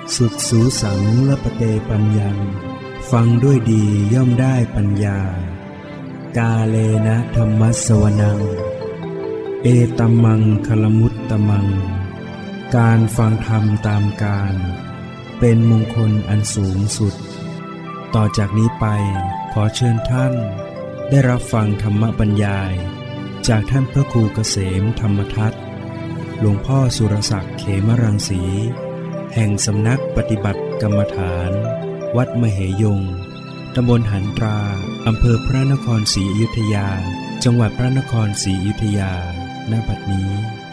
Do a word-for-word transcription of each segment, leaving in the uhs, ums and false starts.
สุดสูสังละปะเตปัญญังฟังด้วยดีย่อมได้ปัญญากาเลนะธัมมัสสวนังเอตัมมังคลมุตตมังการฟังธรรมตามกาลเป็นมงคลอันสูงสุดต่อจากนี้ไปขอเชิญท่านได้รับฟังธรรมบรรยายจากท่านพระครูเกษมธรรมทัศน์หลวงพ่อสุรศักดิ์เขมรังสีแห่งสำนักปฏิบัติกรรมฐานวัดมเหยงตำบลหันตราอำเภอพระนครศรีอยุธยาจังหวัดพระนครศรีอยุธยาณ บัดนี้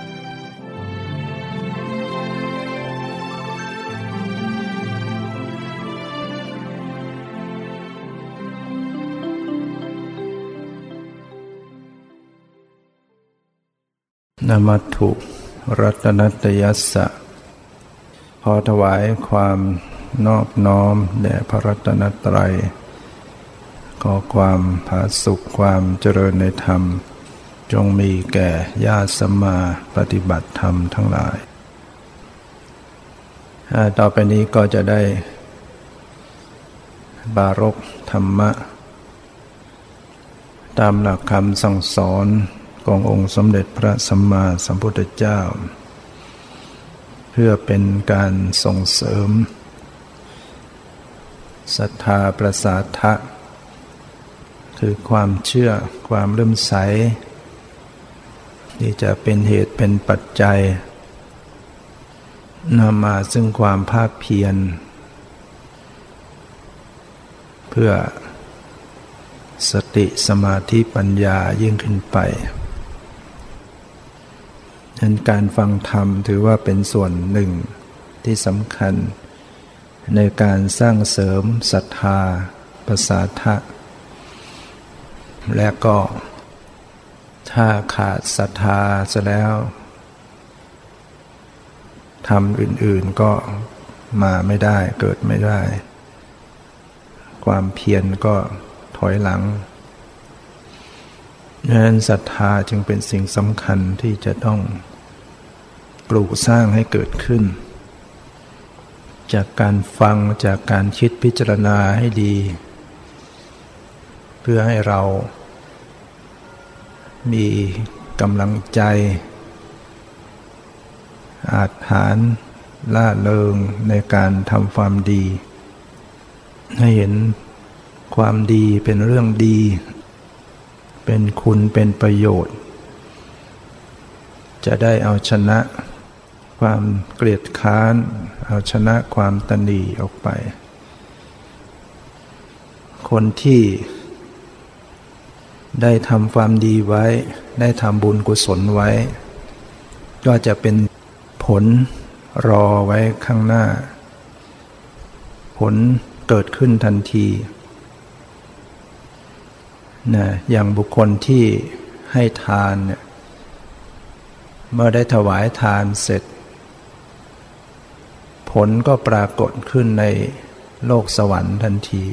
นะมัตถุรัตนัตยัสสะขอถวายความนอบน้อมแด่พระรัตนตรัยขอความผาสุกความเจริญในธรรมจงมีแก่ญาติสัมมาปฏิบัติธรรมทั้งหลายต่อไปนี้ก็จะได้ปรารภธรรมะตามหลักคำสั่งสอนขององค์สมเด็จพระสัมมาสัมพุทธเจ้าเพื่อเป็นการส่งเสริมศรัทธาประสาทะคือความเชื่อความเลื่อมใสที่จะเป็นเหตุเป็นปัจจัยนำมาซึ่งความภาคเพียรเพื่อสติสมาธิปัญญายิ่งขึ้นไปฉะนั้นการฟังธรรมถือว่าเป็นส่วนหนึ่งที่สำคัญในการสร้างเสริมศรัทธาประสาทะและก็ถ้าขาดศรัทธาซะแล้วธรรมอื่นๆก็มาไม่ได้เกิดไม่ได้ความเพียรก็ถอยหลังดังนั้นศรัทธาจึงเป็นสิ่งสำคัญที่จะต้องปลูกสร้างให้เกิดขึ้นจากการฟังจากการคิดพิจารณาให้ดีเพื่อให้เรามีกำลังใจอาจหาญล่าเริงในการทำความดีให้เห็นความดีเป็นเรื่องดีเป็นคุณเป็นประโยชน์จะได้เอาชนะความเกลียดค้านเอาชนะความตณีออกไปคนที่ได้ทำความดีไว้ได้ทำบุญกุศลไว้ก็จะเป็นผลรอไว้ข้างหน้าผลเกิดขึ้นทันทีนะอย่างบุคคลที่ให้ทานเนี่ยเมื่อได้ถวายทานเสร็จผลก็ปรากฏขึ้นในโลกสวรรค์ทันที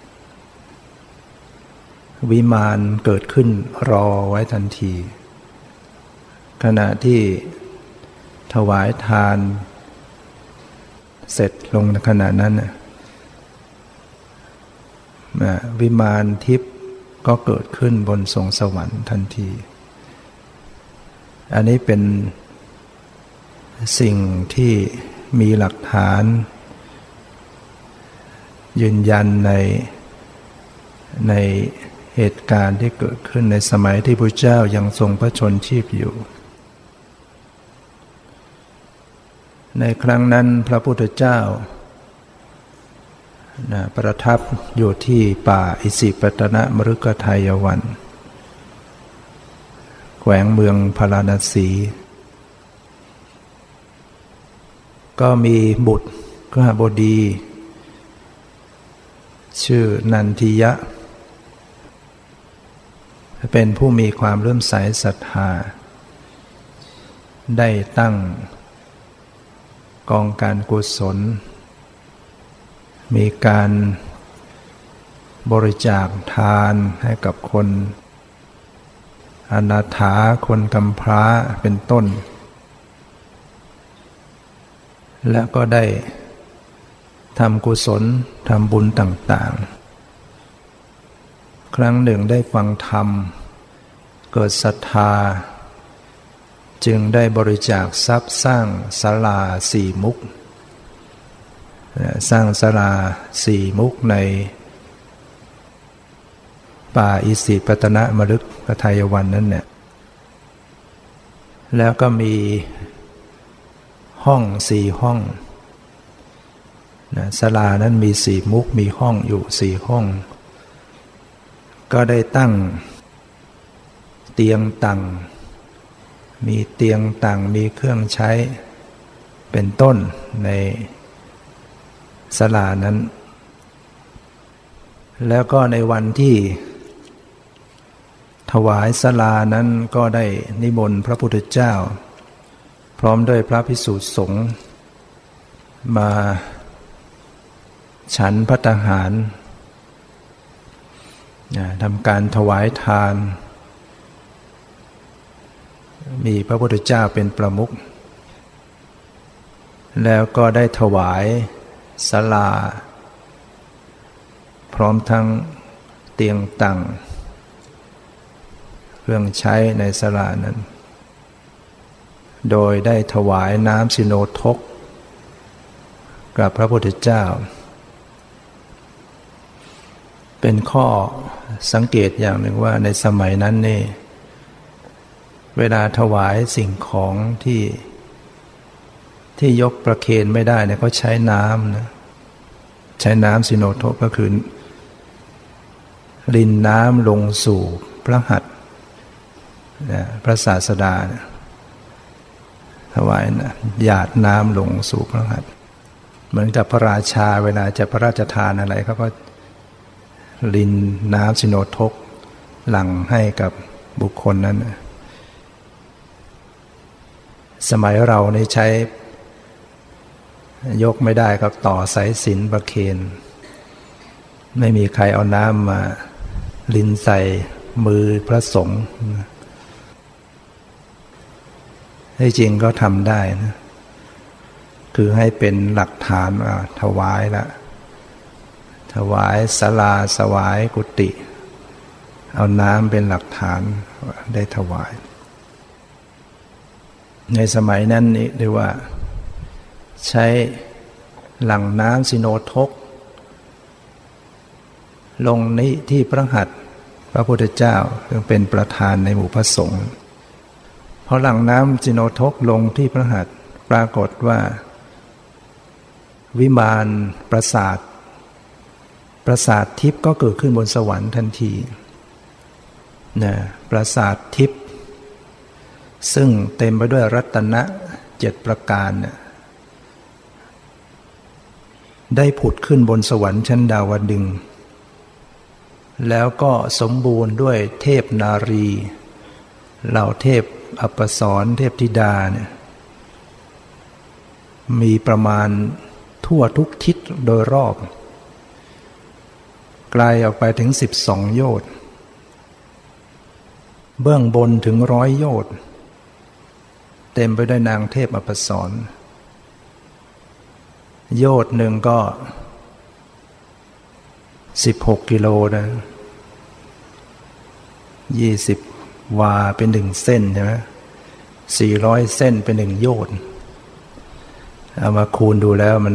วิมานเกิดขึ้นรอไว้ทันทีขณะที่ถวายทานเสร็จลงในขณะนั้นนะวิมานทิพย์ก็เกิดขึ้นบนสวงสวรรค์ทันทีอันนี้เป็นสิ่งที่มีหลักฐานยืนยันในในเหตุการณ์ที่เกิดขึ้นในสมัยที่พระเจ้ายังทรงพระชนชีพอยู่ในครั้งนั้นพระพุทธเจ้านะประทับอยู่ที่ป่าอิสิปตนมฤคทายวันแขวงเมืองพาราณสีก็มีบุตรกหบดีชื่อนันทิยะเป็นผู้มีความเลื่อมใสศรัทธาได้ตั้งกองการกุศลมีการบริจาคทานให้กับคนอนาถาคนกำพร้าเป็นต้นและก็ได้ทำกุศลทำบุญต่างๆครั้งหนึ่งได้ฟังธรรมเกิดศรัทธาจึงได้บริจาคทรัพย์สร้างศาลาสี่มุกสร้างศาลาสี่มุกในป่าอิสิปตนมฤคทายวันนั้นเนี่ยแล้วก็มีห้องสี่ห้องนะศาลานั้นมีสี่มุกมีห้องอยู่สี่ห้องก็ได้ตั้งเตียงตั่งมีเตียงตั่งมีเครื่องใช้เป็นต้นในศาลานั้นแล้วก็ในวันที่ถวายศาลานั้นก็ได้นิมนต์พระพุทธเจ้าพร้อมด้วยพระภิกษุสงฆ์มาฉันภัตตาหารทำการถวายทานมีพระพุทธเจ้าเป็นประมุขแล้วก็ได้ถวายศาลาพร้อมทั้งเตียงตั่งเครื่องใช้ในศาลานั้นโดยได้ถวายน้ำสิโนทกกับพระพุทธเจ้าเป็นข้อสังเกตอย่างหนึ่งว่าในสมัยนั้นนี่เวลาถวายสิ่งของที่ที่ยกประเคนไม่ได้เนี่ยเขาใช้น้ำนะใช้น้ำสิโนทกก็คือรินน้ำลงสู่พระหัตถ์นะพระศาสดานะถวายนะหยาดน้ำลงสู่พระหัตถ์เหมือนกับพระราชาเวลาจะพระราชทานอะไรเขาก็รินน้ำสิโนทกหลั่งให้กับบุคคลนั้นสมัยเรานี่ใช้ยกไม่ได้ครับต่อสายสิญจน์ประเคนไม่มีใครเอาน้ำมารินใส่มือพระสงฆ์ให้จริงก็ทำได้นะคือให้เป็นหลักฐานว่าถวายละถวายศาลาถวายกุฏิเอาน้ำเป็นหลักฐานได้ถวายในสมัยนั้นนี่เรียกว่าใช้หลั่งน้ำสิโนทกลงนี้ที่พระหัตถ์พระพุทธเจ้าซึ่งเป็นประธานในหมู่พระสงฆ์พอหลั่งน้ำสิโนทกลงที่พระหัตถ์ปรากฏว่าวิมานปราสาทปราสาททิพย์ก็เกิดขึ้นบนสวรรค์ทันทีนะปราสาททิพย์ซึ่งเต็มไปด้วยรัตนะเจ็ดประการเนี่ยได้ผุดขึ้นบนสวรรค์ชั้นดาวดึงส์แล้วก็สมบูรณ์ด้วยเทพนารีเหล่าเทพอัปสรเทพธิดาเนี่ยมีประมาณทั่วทุกทิศโดยรอบไกลออกไปถึงสิบสองโยชน์เบื้องบนถึงร้อยโยชน์เต็มไปด้วยนางเทพอัปสรโยชน์หนึ่งก็สิบหกกิโลนะยี่สิบวาเป็นหนึ่งเส้นใช่ไหมสี่ร้อยเส้นเป็นหนึ่งโยชน์เอามาคูณดูแล้วมัน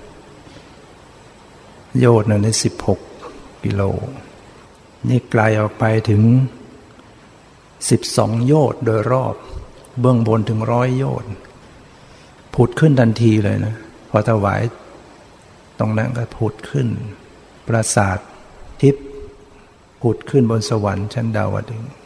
โยชน์หนึ่งได้สิบหกกิโลนี่ไกลออกไปถึงสิบสองโยชน์โดยรอบเบื้องบนถึงร้อยโยชน์ผุดขึ้นทันทีเลยนะพอถวายตรงนั้นก็ผุดขึ้นปราสาททิพย์ผุดขึ้นบนสวรรค์ชั้นดาวดึงส์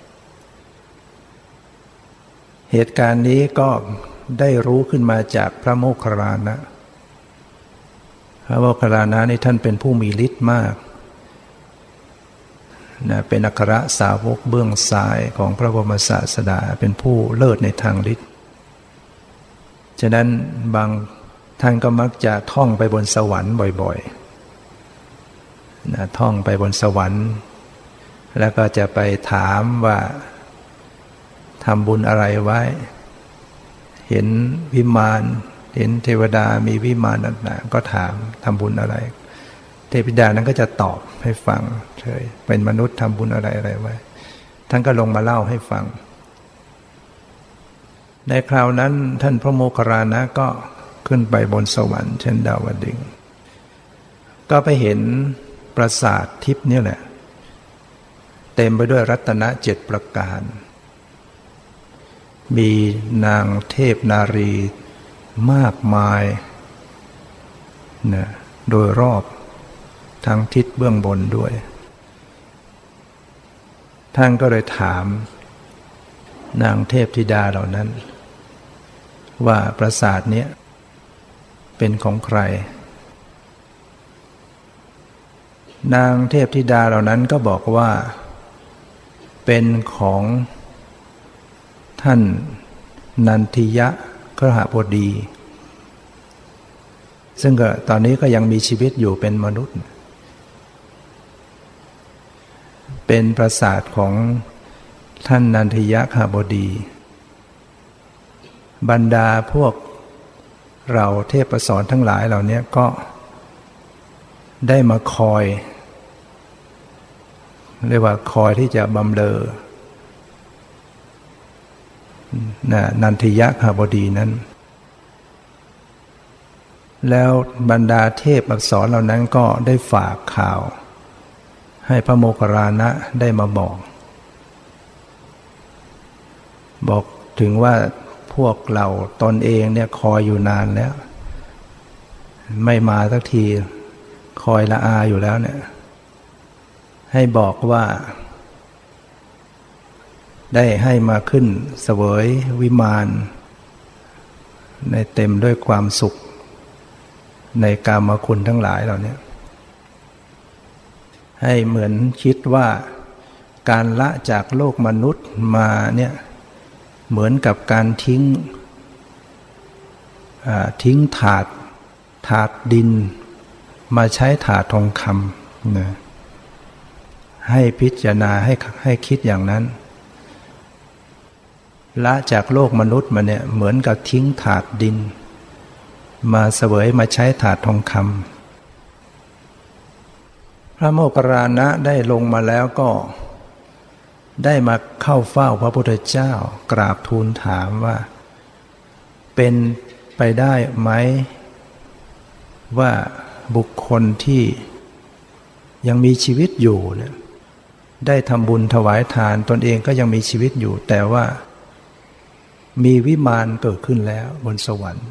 เหตุการณ์นี้ก็ได้รู้ขึ้นมาจากพระโมคคัลลานะพระโมคคัลลานะนี่ท่านเป็นผู้มีฤทธิ์มากนะเป็นอัครสาวกเบื้องซ้ายของพระบรมศาสดาเป็นผู้เลิศในทางฤทธิ์ฉะนั้นบางท่านก็มักจะท่องไปบนสวรรค์บ่อยๆนะท่องไปบนสวรรค์แล้วก็จะไปถามว่าทำบุญอะไรไว้เห็นวิมานเห็นเทวดามีวิมานต่างๆก็ถามทำบุญอะไรเทวดานั้นก็จะตอบให้ฟังเฉยเป็นมนุษย์ทำบุญอะไรอะไรไว้ท่านก็ลงมาเล่าให้ฟังในคราวนั้นท่านพระโมคคัลลานะก็ขึ้นไปบนสวรรค์เช่นดาวดึงส์ก็ไปเห็นปราสาททิพย์นี่แหละเต็มไปด้วยรัตนะเจ็ดประการมีนางเทพนารีมากมายนะโดยรอบทั้งทิศเบื้องบนด้วยท่านก็เลยถามนางเทพธิดาเหล่านั้นว่าปราสาทนี้เป็นของใครนางเทพธิดาเหล่านั้นก็บอกว่าเป็นของท่านนันทิยะคฤหบดีซึ่งก็ตอนนี้ก็ยังมีชีวิตอยู่เป็นมนุษย์เป็นปราสาทของท่านนันทิยะคฤหบดีบรรดาพวกเราเทพสรทั้งหลายเหล่านี้ก็ได้มาคอยเรียกว่าคอยที่จะบำเรอนันทิยะคฤหบดีนั้นแล้วบรรดาเทพอักษรเหล่านั้นก็ได้ฝากข่าวให้พระโมคคัลลานะได้มาบอกบอกถึงว่าพวกเราตนเองเนี่ยคอยอยู่นานแล้วไม่มาสักทีคอยละอาอยู่แล้วเนี่ยให้บอกว่าได้ให้มาขึ้นเสวยวิมานในเต็มด้วยความสุขในกามคุณทั้งหลายเหล่านี้ให้เหมือนคิดว่าการละจากโลกมนุษย์มาเนี่ยเหมือนกับการทิ้งทิ้งถาดถาดดินมาใช้ถาดทองคำนะให้พิจารณาให้ให้คิดอย่างนั้นละจากโลกมนุษย์มาเนี่ยเหมือนกับทิ้งถาดดินมาเสวยมาใช้ถาดทองคำพระโมคคัลลานะได้ลงมาแล้วก็ได้มาเข้าเฝ้าพระพุทธเจ้ากราบทูลถามว่าเป็นไปได้ไหมว่าบุคคลที่ยังมีชีวิตอยู่เนี่ยได้ทำบุญถวายทานตนเองก็ยังมีชีวิตอยู่แต่ว่ามีวิมานเกิดขึ้นแล้วบนสวรรค์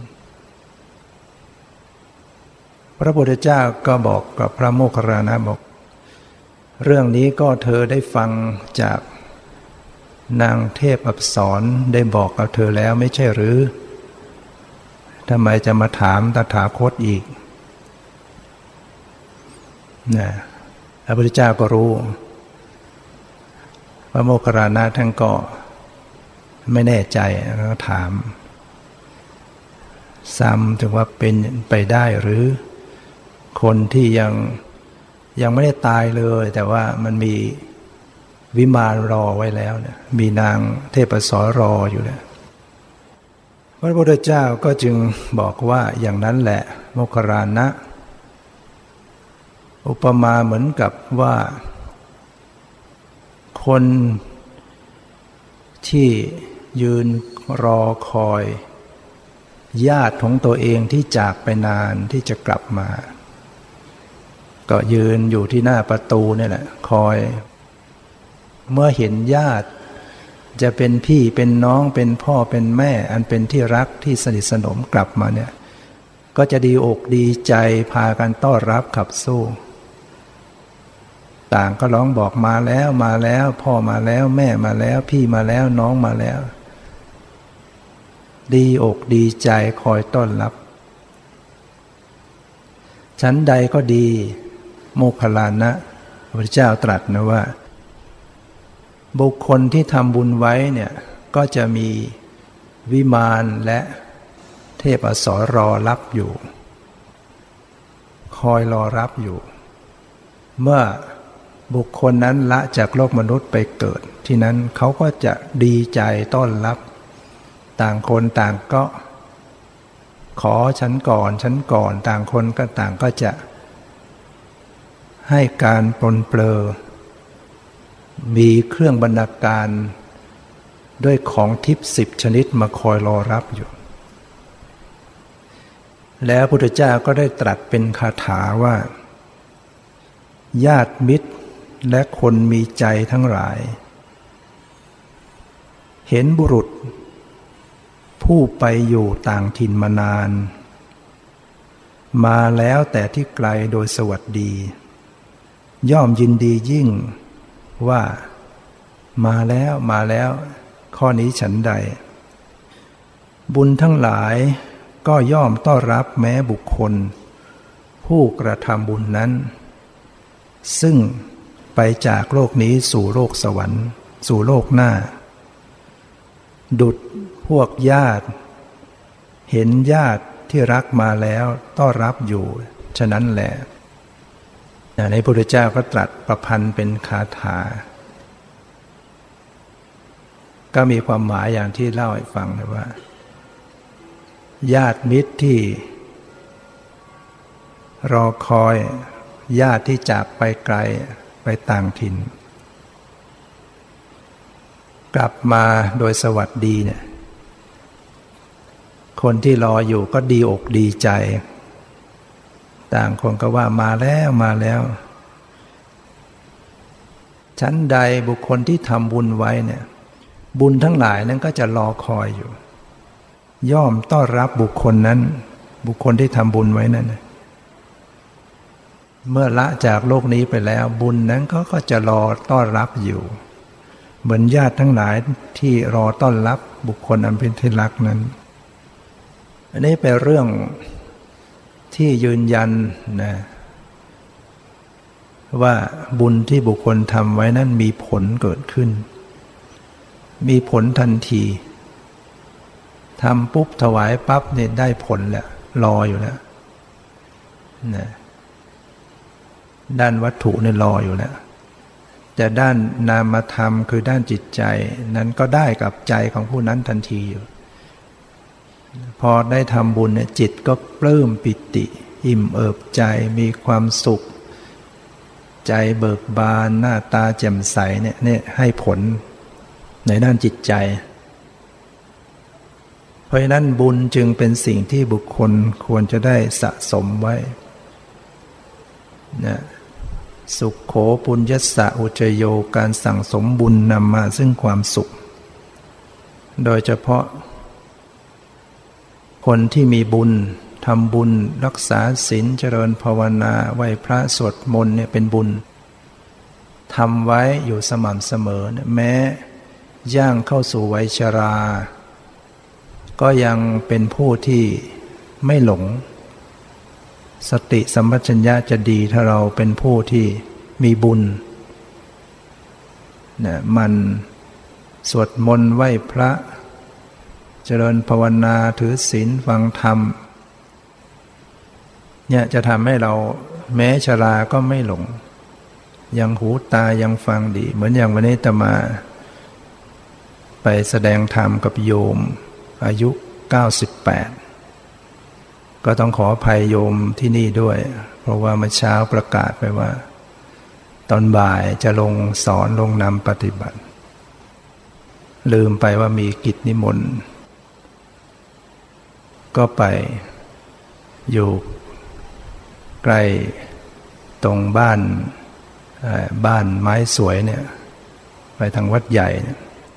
พระพุทธเจ้าก็บอกกับพระโมคคัลลานะบอกเรื่องนี้ก็เธอได้ฟังจากนางเทพอัปสรได้บอกกับเธอแล้วไม่ใช่หรือทำไมจะมาถามตถาคตอีกนะพระพุทธเจ้าก็รู้พระโมคคัลลานะท่านก็ไม่แน่ใจก็ถามซ้ำถึงว่าเป็นไปได้หรือคนที่ยังยังไม่ได้ตายเลยแต่ว่ามันมีวิมานรอไว้แล้วเนี่ยมีนางเทพอัปสรรออยู่แล้วพระพุทธเจ้าก็จึงบอกว่าอย่างนั้นแหละโมคคัลลานะอุปมาเหมือนกับว่าคนที่ยืนรอคอยญาติของตัวเองที่จากไปนานที่จะกลับมาก็ยืนอยู่ที่หน้าประตูนี่แหละคอยเมื่อเห็นญาติจะเป็นพี่เป็นน้องเป็นพ่อเป็นแม่อันเป็นที่รักที่สนิทสนมกลับมาเนี่ยก็จะดีอกดีใจพากันต้อนรับขับสู้ต่างก็ร้องบอกมาแล้วมาแล้วพ่อมาแล้วแม่มาแล้วพี่มาแล้วน้องมาแล้วดีอกดีใจคอยต้อนรับชั้นใดก็ดีโมคคัลลานะพระพุทธเจ้าตรัสนะว่าบุคคลที่ทำบุญไว้เนี่ยก็จะมีวิมานและเทพอัปสรรอรับอยู่คอยรอรับอยู่เมื่อบุคคลนั้นละจากโลกมนุษย์ไปเกิดที่นั้นเขาก็จะดีใจต้อนรับต่างคนต่างก็ขอฉันก่อนฉันก่อนต่างคนก็ต่างก็จะให้การปรนเปรอมีเครื่องบรรณาการด้วยของทิพย์สิบชนิดมาคอยรอรับอยู่แล้วพระพุทธเจ้าก็ได้ตรัสเป็นคาถาว่าญาติมิตรและคนมีใจทั้งหลายเห็นบุรุษผู้ไปอยู่ต่างถิ่นมานานมาแล้วแต่ที่ไกลโดยสวัสดีย่อมยินดียิ่งว่ามาแล้วมาแล้วข้อนี้ฉันใดบุญทั้งหลายก็ย่อมต้อนรับแม้บุคคลผู้กระทำบุญนั้นซึ่งไปจากโลกนี้สู่โลกสวรรค์สู่โลกหน้าดุจพวกญาติเห็นญาติที่รักมาแล้วต้อนรับอยู่ฉะนั้นแหละในพระพุทธเจ้าก็ตรัสประพันธ์เป็นคาถาก็มีความหมายอย่างที่เล่าให้ฟังเลยว่าญาติมิตรที่รอคอยญาติที่จากไปไกลไปต่างถิ่นกลับมาโดยสวัสดีเนี่ยคนที่รออยู่ก็ดีอกดีใจต่างคนก็ว่ามาแล้วมาแล้วชั้นใดบุคคลที่ทำบุญไว้เนี่ยบุญทั้งหลายนั้นก็จะรอคอยอยู่ย่อมต้อนรับบุคคลนั้นบุคคลที่ทำบุญไว้นั้นเมื่อละจากโลกนี้ไปแล้วบุญนั้นก็ก็จะรอต้อนรับอยู่เหมือนญาติทั้งหลายที่รอต้อนรับบุคคลอันเป็นที่รักนั้นอันนี้เป็นเรื่องที่ยืนยันนะว่าบุญที่บุคคลทำไว้นั้นมีผลเกิดขึ้นมีผลทันทีทำปุ๊บถวายปั๊บเนี่ยได้ผลแล้วรออยู่แล้วนะด้านวัตถุเนี่ยรออยู่แล้วแต่ด้านนามธรรมคือด้านจิตใจนั้นก็ได้กับใจของผู้นั้นทันทีอยู่พอได้ทำบุญเนี่ยจิตก็ปลื้มปิติอิ่มเอิบใจมีความสุขใจเบิกบานหน้าตาแจ่มใสเนี่ยเนี่ยให้ผลในด้านจิตใจเพราะฉะนั้นบุญจึงเป็นสิ่งที่บุคคลควรจะได้สะสมไว้นะสุขโขปุญญสสะอุจโยการสั่งสมบุญนำมาซึ่งความสุขโดยเฉพาะคนที่มีบุญทำบุญรักษาศีลเจริญภาวนาไหว้พระสวดมนต์เนี่ยเป็นบุญทำไว้อยู่สม่ำเสมอแม้ย่างเข้าสู่วัยชราก็ยังเป็นผู้ที่ไม่หลงสติสัมปชัญญะจะดีถ้าเราเป็นผู้ที่มีบุญนะมันสวดมนต์ไหว้พระเจริญภาวนาถือศีลฟังธรรมเนี่ยจะทำให้เราแม้ชราก็ไม่หลงยังหูตายังฟังดีเหมือนอย่างวันนี้อาตมาไปแสดงธรรมกับโยมอายุเก้าสิบแปดก็ต้องขออภัยโยมที่นี่ด้วยเพราะว่าเมื่อเช้าประกาศไปว่าตอนบ่ายจะลงสอนลงนำปฏิบัติลืมไปว่ามีกิจนิมนต์ก็ไปอยู่ใกล้ตรงบ้านบ้านไม้สวยเนี่ยไปทางวัดใหญ่เนี่ย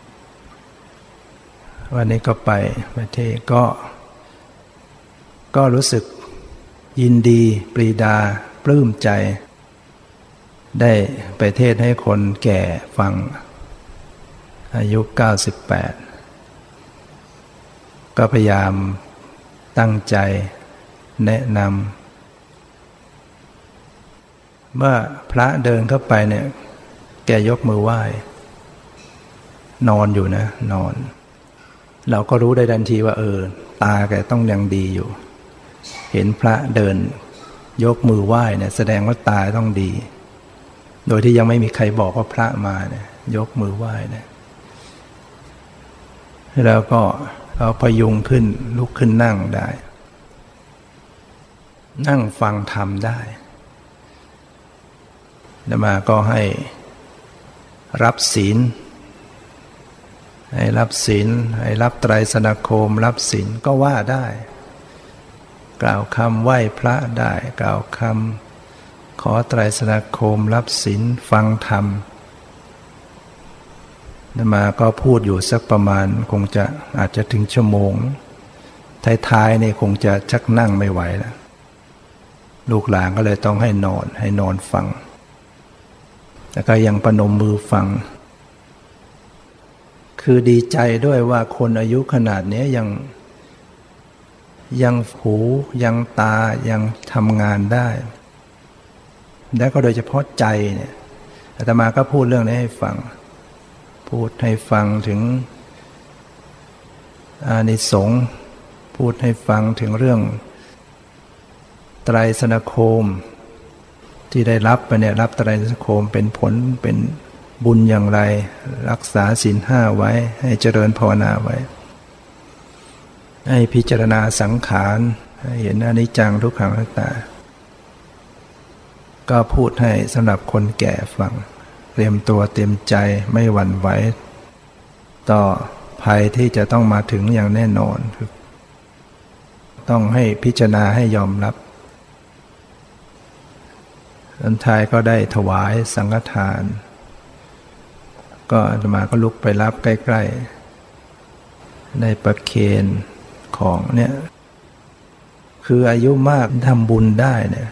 วันนี้ก็ไปประเทศก็ก็รู้สึกยินดีปรีดาปลื้มใจได้ไปเทศให้คนแก่ฟังอายุเก้าสิบแปดก็พยายามตั้งใจแนะนำเมื่อพระเดินเข้าไปเนี่ยแกยกมือไหว้นอนอยู่นะนอนเราก็รู้ได้ทันทีว่าเออตาแกต้องยังดีอยู่เห็นพระเดินยกมือไหว้เนี่ยแสดงว่าตาต้องดีโดยที่ยังไม่มีใครบอกว่าพระมาเนี่ยยกมือไหว้เนี่ยแล้วก็เอาพยุงขึ้นลุกขึ้นนั่งได้นั่งฟังธรรมได้แล้วมาก็ให้รับศีลให้รับศีลให้รับไตรสรณคมรับศีลก็ว่าได้กล่าวคำไหว้พระได้กล่าวคำขอไตรสรณคมรับศีลฟังธรรมแล้วมาก็พูดอยู่สักประมาณคงจะอาจจะถึงชั่วโมงท้ายๆนี่คงจะชักนั่งไม่ไหวแล้วลูกหลานก็เลยต้องให้นอนให้นอนฟังแล้วก็ยังประนมมือฟังคือดีใจด้วยว่าคนอายุขนาดนี้ยังยังหูยังตายังทำงานได้และก็โดยเฉพาะใจเนี่ยอาตมาก็พูดเรื่องนี้ให้ฟังพูดให้ฟังถึงอานิสงส์พูดให้ฟังถึงเรื่องไตรสรณคมที่ได้รับไปเนี่ยรับไตรสรณคมเป็นผลเป็นบุญอย่างไรรักษาศีลห้าไว้ให้เจริญภาวนาไว้ให้พิจารณาสังขารให้เห็นอนิจจังทุกขังอนัตตาก็พูดให้สำหรับคนแก่ฟังเตรียมตัวเตรียมใจไม่หวั่นไหวต่อภัยที่จะต้องมาถึงอย่างแน่นอนต้องให้พิจารณาให้ยอมรับอันท้ายก็ได้ถวายสังฆทานก็อาตมาก็ลุกไปรับใกล้ๆได้ประเคนของเนี่ยคืออายุมากทำบุญได้เนี่ย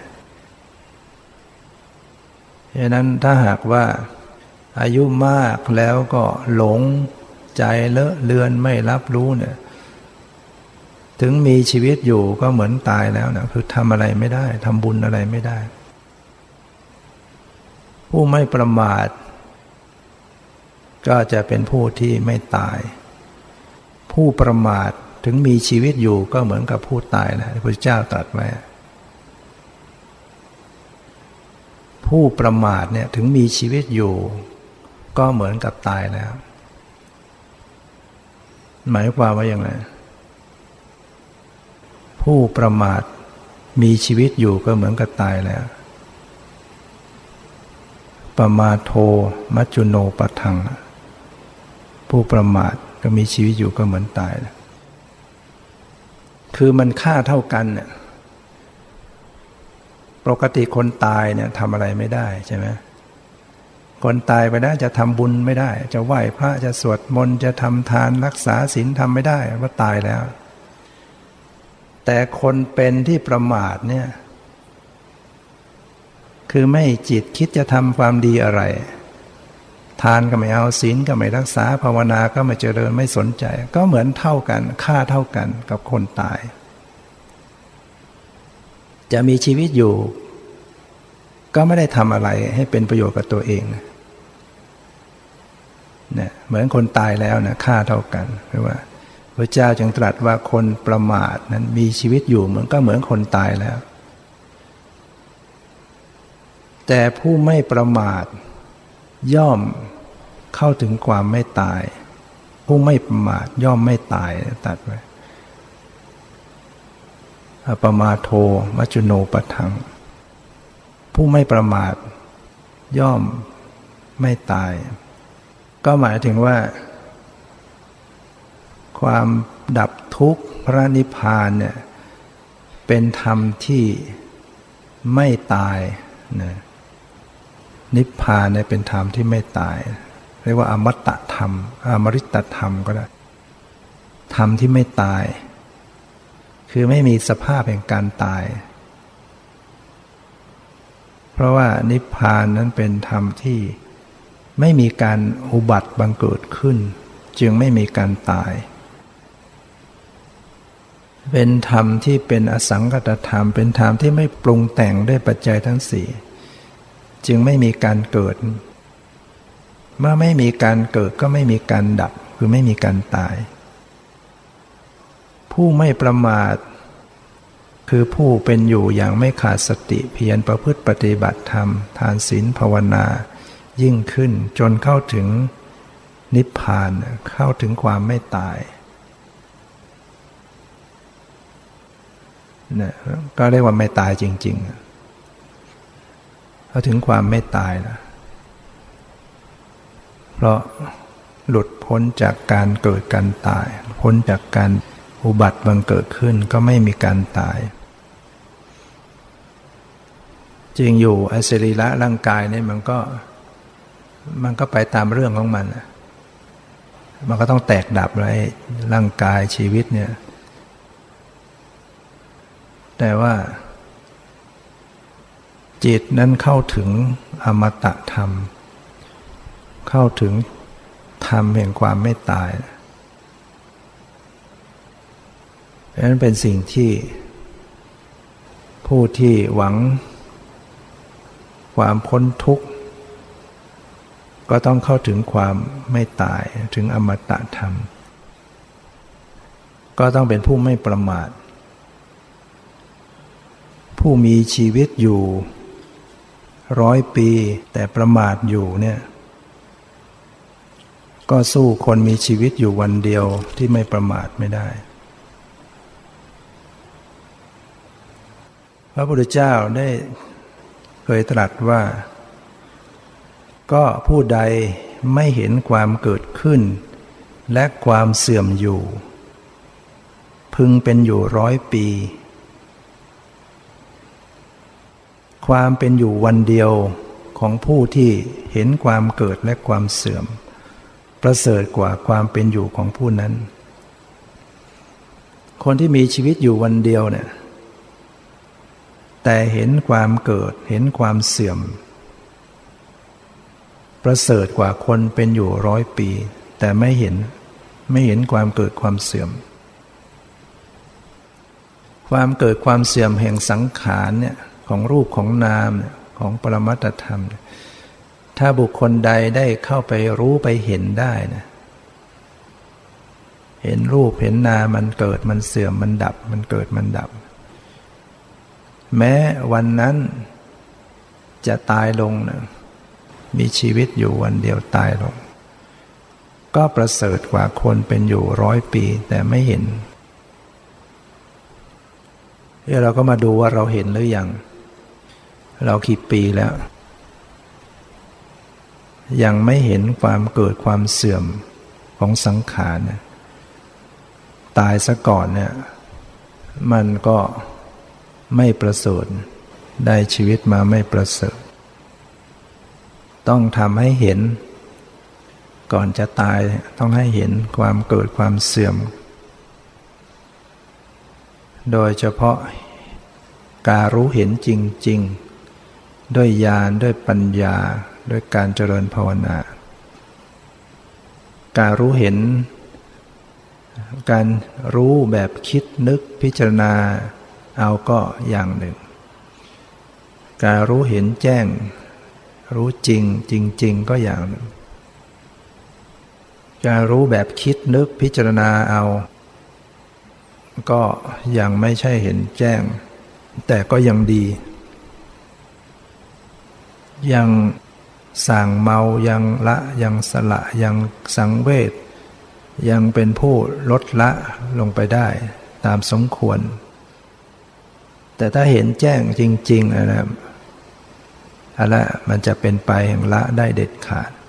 ฉะนั้นถ้าหากว่าอายุมากแล้วก็หลงใจเลอะเลือนไม่รับรู้เนี่ยถึงมีชีวิตอยู่ก็เหมือนตายแล้วนะคือทำอะไรไม่ได้ทำบุญอะไรไม่ได้ผู้ไม่ประมาทก็จะเป็นผู้ที่ไม่ตายผู้ประมาทถึงมีชีวิตอยู่ก็เหมือนกับผู้ตายนะพระพุทธเจ้าตรัสไว้ผู้ประมาทเนี่ยถึงมีชีวิตอยู่ก็เหมือนกับตายแล้วหมายความว่าอย่างไรผู้ประมาทมีชีวิตอยู่ก็เหมือนกับตายแล้วปมาโทมัจจุโนปทังผู้ประมาทก็มีชีวิตอยู่ก็เหมือนตายแล้วคือมันค่าเท่ากันเนี่ยปกติคนตายเนี่ยทำอะไรไม่ได้ใช่ไหมคนตายไปแล้วจะทำบุญไม่ได้จะไหว้พระจะสวดมนต์จะทำทานรักษาศีลทำไม่ได้เพราะตายแล้วแต่คนเป็นที่ประมาทเนี่ยคือไม่จิตคิดจะทำความดีอะไรทานก็ไม่เอาศีลก็ไม่รักษาภาวนาก็ไม่เจริญไม่สนใจก็เหมือนเท่ากันค่าเท่ากันกับคนตายจะมีชีวิตอยู่ก็ไม่ได้ทำอะไรให้เป็นประโยชน์กับตัวเองเนี่ยเหมือนคนตายแล้วนะค่าเท่ากันเพราะว่าพระเจ้าจึงตรัสว่าคนประมาทนั้นมีชีวิตอยู่เหมือนก็เหมือนคนตายแล้วแต่ผู้ไม่ประมาทย่อมเข้าถึงความไม่ตายผู้ไม่ประมาทย่อมไม่ตายตัดไว้อปมาโทมัจจุโนปทังผู้ไม่ประมาทย่อมไม่ตายก็หมายถึงว่าความดับทุกข์พระนิพพานเนี่ยเป็นธรรมที่ไม่ตายนะนิพพานเนี่ยเป็นธรรมที่ไม่ตายเรียกว่าอมตะธรรมอมฤตธรรมก็ได้ธรรมที่ไม่ตายคือไม่มีสภาพแห่งการตายเพราะว่านิพพานนั้นเป็นธรรมที่ไม่มีการอุบัติบังเกิดขึ้นจึงไม่มีการตายเป็นธรรมที่เป็นอสังขตธรรมเป็นธรรมที่ไม่ปรุงแต่งด้วยปัจจัยทั้งสี่จึงไม่มีการเกิดเมื่อไม่มีการเกิดก็ไม่มีการดับคือไม่มีการตายผู้ไม่ประมาทคือผู้เป็นอยู่อย่างไม่ขาดสติเพียรประพฤติปฏิบัติธรรมทานศีลภาวนายิ่งขึ้นจนเข้าถึงนิพพานเข้าถึงความไม่ตายเนี่ยก็เรียกว่าไม่ตายจริงๆพอถึงความไม่ตายแล้วเพราะหลุดพ้นจากการเกิดการตายพ้นจากการอุบัติบังเกิดขึ้นก็ไม่มีการตายจริงอยู่ไอ้สรีระร่างกายเนี่ยมันก็มันก็ไปตามเรื่องของมันมันก็ต้องแตกดับเลยร่างกายชีวิตเนี่ยแต่ว่าจิตนั้นเข้าถึงอมตะธรรมเข้าถึงธรรมแห่งความไม่ตายนั้นเป็นสิ่งที่ผู้ที่หวังความพ้นทุกข์ก็ต้องเข้าถึงความไม่ตายถึงอมตะธรรมก็ต้องเป็นผู้ไม่ประมาทผู้มีชีวิตอยู่ร้อยปีแต่ประมาทอยู่เนี่ยก็สู้คนมีชีวิตอยู่วันเดียวที่ไม่ประมาทไม่ได้พระพุทธเจ้าได้เคยตรัสว่าก็ผู้ใดไม่เห็นความเกิดขึ้นและความเสื่อมอยู่พึงเป็นอยู่ร้อยปีความเป็นอยู่วันเดียวของผู้ที่เห็นความเกิดและความเสื่อมประเสริฐกว่าความเป็นอยู่ของผู้นั้นคนที่มีชีวิตอยู่วันเดียวเนี่ยแต่เห็นความเกิดเห็นความเสื่อมประเสริฐกว่าคนเป็นอยู่ร้อยปีแต่ไม่เห็นไม่เห็นความเกิดความเสื่อมความเกิดความเสื่อมแห่งสังขารเนี่ยของรูปของนามของปรมัตถธรรมถ้าบุคคลใดได้เข้าไปรู้ไปเห็นได้นะเห็นรูปเห็นนามมันเกิดมันเสื่อมมันดับมันเกิดมันดับแม้วันนั้นจะตายลงนะมีชีวิตอยู่วันเดียวตายลงก็ประเสริฐกว่าคนเป็นอยู่ร้อยปีแต่ไม่เห็นเดี๋ยวเราก็มาดูว่าเราเห็นหรือยังเรากี่ปีแล้วยังไม่เห็นความเกิดความเสื่อมของสังขารเนี่ยตายซะก่อนเนี่ยมันก็ไม่ประเสริฐได้ชีวิตมาไม่ประเสริฐต้องทำให้เห็นก่อนจะตายต้องให้เห็นความเกิดความเสื่อมโดยเฉพาะการรู้เห็นจริงๆด้วยญาณด้วยปัญญาด้วยการเจริญภาวนาการรู้เห็นการรู้แบบคิดนึกพิจารณาเอาก็อย่างหนึ่งการรู้เห็นแจ้งรู้จริงจริงๆก็อย่างหนึ่งการรู้แบบคิดนึกพิจารณาเอาก็ยังไม่ใช่เห็นแจ้งแต่ก็ยังดียังสั่งเมายังละยังสละยังสังเวชยังเป็นผู้ลดละลงไปได้ตามสมควรแต่ถ้าเห็นแจ้งจริงๆนะอะไรมันจะเป็นไปแห่งละได้เด็ดขาด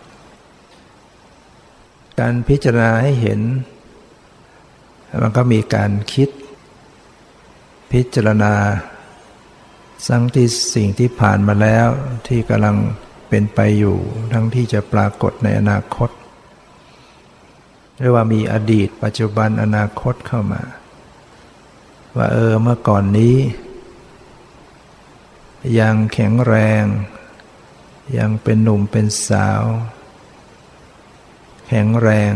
การพิจารณาให้เห็นมันก็มีการคิดพิจารณาทั้งที่สิ่งที่ผ่านมาแล้วที่กำลังเป็นไปอยู่ทั้งที่จะปรากฏในอนาคตเรียกว่ามีอดีตปัจจุบันอนาคตเข้ามาว่าเออเมื่อก่อนนี้ยังแข็งแรงยังเป็นหนุ่มเป็นสาวแข็งแรง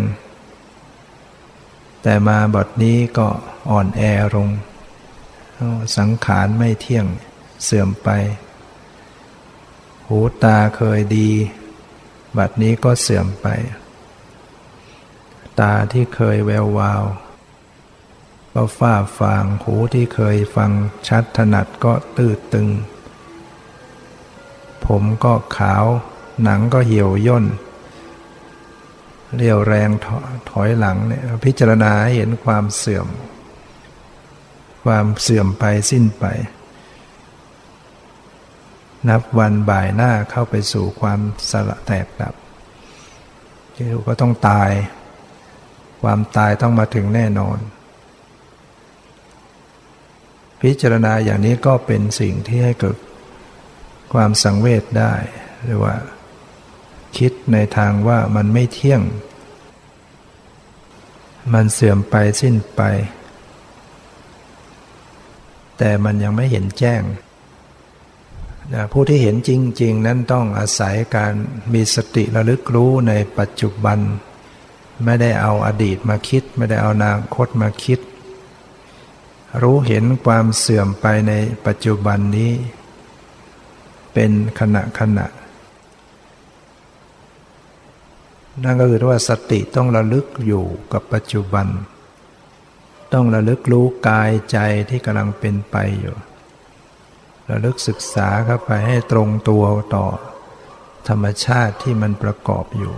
แต่มาบัดนี้ก็อ่อนแอลงสังขารไม่เที่ยงเสื่อมไปหูตาเคยดีบัดนี้ก็เสื่อมไปตาที่เคยแวววาวก็ฝ้าฟางหูที่เคยฟังชัดถนัดก็ตื้อตึงผมก็ขาวหนังก็เหี่ยวย่นเรี่ยวแรงถอยหลังเนี่ยพิจารณาให้เห็นความเสื่อมความเสื่อมไปสิ้นไปนับวันบ่ายหน้าเข้าไปสู่ความสละแตกดับที่รู้ก็ต้องตายความตายต้องมาถึงแน่นอนพิจารณาอย่างนี้ก็เป็นสิ่งที่ให้เกิดความสังเวชได้หรือว่าคิดในทางว่ามันไม่เที่ยงมันเสื่อมไปสิ้นไปแต่มันยังไม่เห็นแจ้งผู้ที่เห็นจริงๆนั้นต้องอาศัยการมีสติระลึกรู้ในปัจจุบันไม่ได้เอาอดีตมาคิดไม่ได้เอาอนาคตมาคิดรู้เห็นความเสื่อมไปในปัจจุบันนี้เป็นขณะขณะนั่นก็คือว่าสติต้องระลึกอยู่กับปัจจุบันต้องระลึกรู้กายใจที่กำลังเป็นไปอยู่ระลึกศึกษาเข้าไปให้ตรงตัวต่อธรรมชาติที่มันประกอบอยู่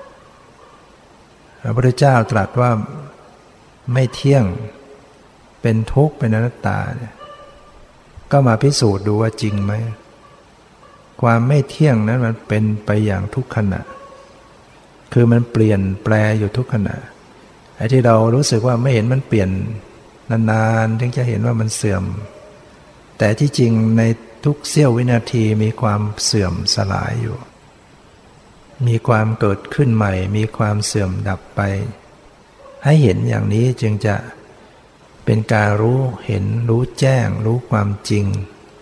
พระพุทธเจ้าตรัสว่าไม่เที่ยงเป็นทุกข์เป็นอนัตตาเนี่ยก็มาพิสูจน์ดูว่าจริงไหมความไม่เที่ยงนั้นมันเป็นไปอย่างทุกขณะคือมันเปลี่ยนแปลอยู่ทุกขณะไอ้ที่เรารู้สึกว่าไม่เห็นมันเปลี่ยนนานๆถึงจะเห็นว่ามันเสื่อมแต่ที่จริงในทุกเสี้ยววินาทีมีความเสื่อมสลายอยู่มีความเกิดขึ้นใหม่มีความเสื่อมดับไปให้เห็นอย่างนี้จึงจะเป็นการรู้เห็นรู้แจ้งรู้ความจริง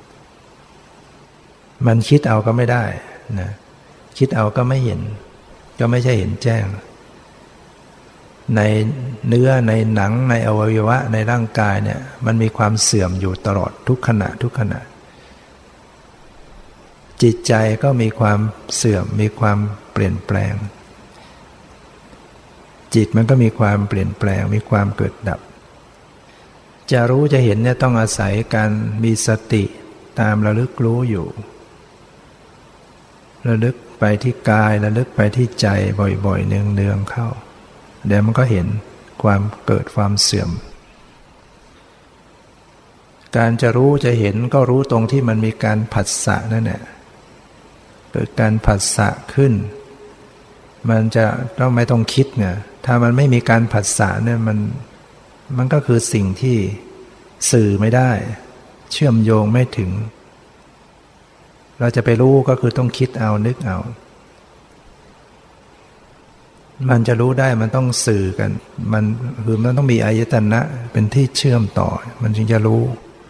มันคิดเอาก็ไม่ได้นะคิดเอาก็ไม่เห็นก็ไม่ใช่เห็นแจ้งในเนื้อในหนังในอวัยวะในร่างกายเนี่ยมันมีความเสื่อมอยู่ตลอดทุกขณะทุกขณะจิตใจก็มีความเสื่อมมีความเปลี่ยนแปลงจิตมันก็มีความเปลี่ยนแปลงมีความเกิดดับจะรู้จะเห็นเนี่ยต้องอาศัยการมีสติตามระลึกรู้อยู่ระลึกไปที่กายระลึกไปที่ใจบ่อยๆเนืองๆเข้าเดี๋ยวมันก็เห็นความเกิดความเสื่อมการจะรู้จะเห็นก็รู้ตรงที่มันมีการผัสสะนั่นแหละเกิดการผัสสะขึ้นมันจะต้องไม่ต้องคิดเนี่ยถ้ามันไม่มีการผัสสะเนี่ยมันมันก็คือสิ่งที่สื่อไม่ได้เชื่อมโยงไม่ถึงเราจะไปรู้ก็คือต้องคิดเอานึกเอามันจะรู้ได้มันต้องสื่อกันมันคือมันต้องมีอายตนะเป็นที่เชื่อมต่อมันจึงจะรู้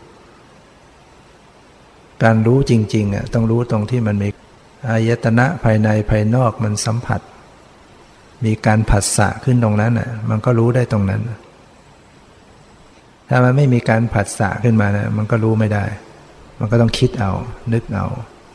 การรู้จริงๆอ่ะต้องรู้ตรงที่มันมีอายตนะภายในภายนอกมันสัมผัสมีการผัสสะขึ้นตรงนั้นอ่ะมันก็รู้ได้ตรงนั้นถ้ามันไม่มีการผัสสะขึ้นมานะมันก็รู้ไม่ได้มันก็ต้องคิดเอานึกเอา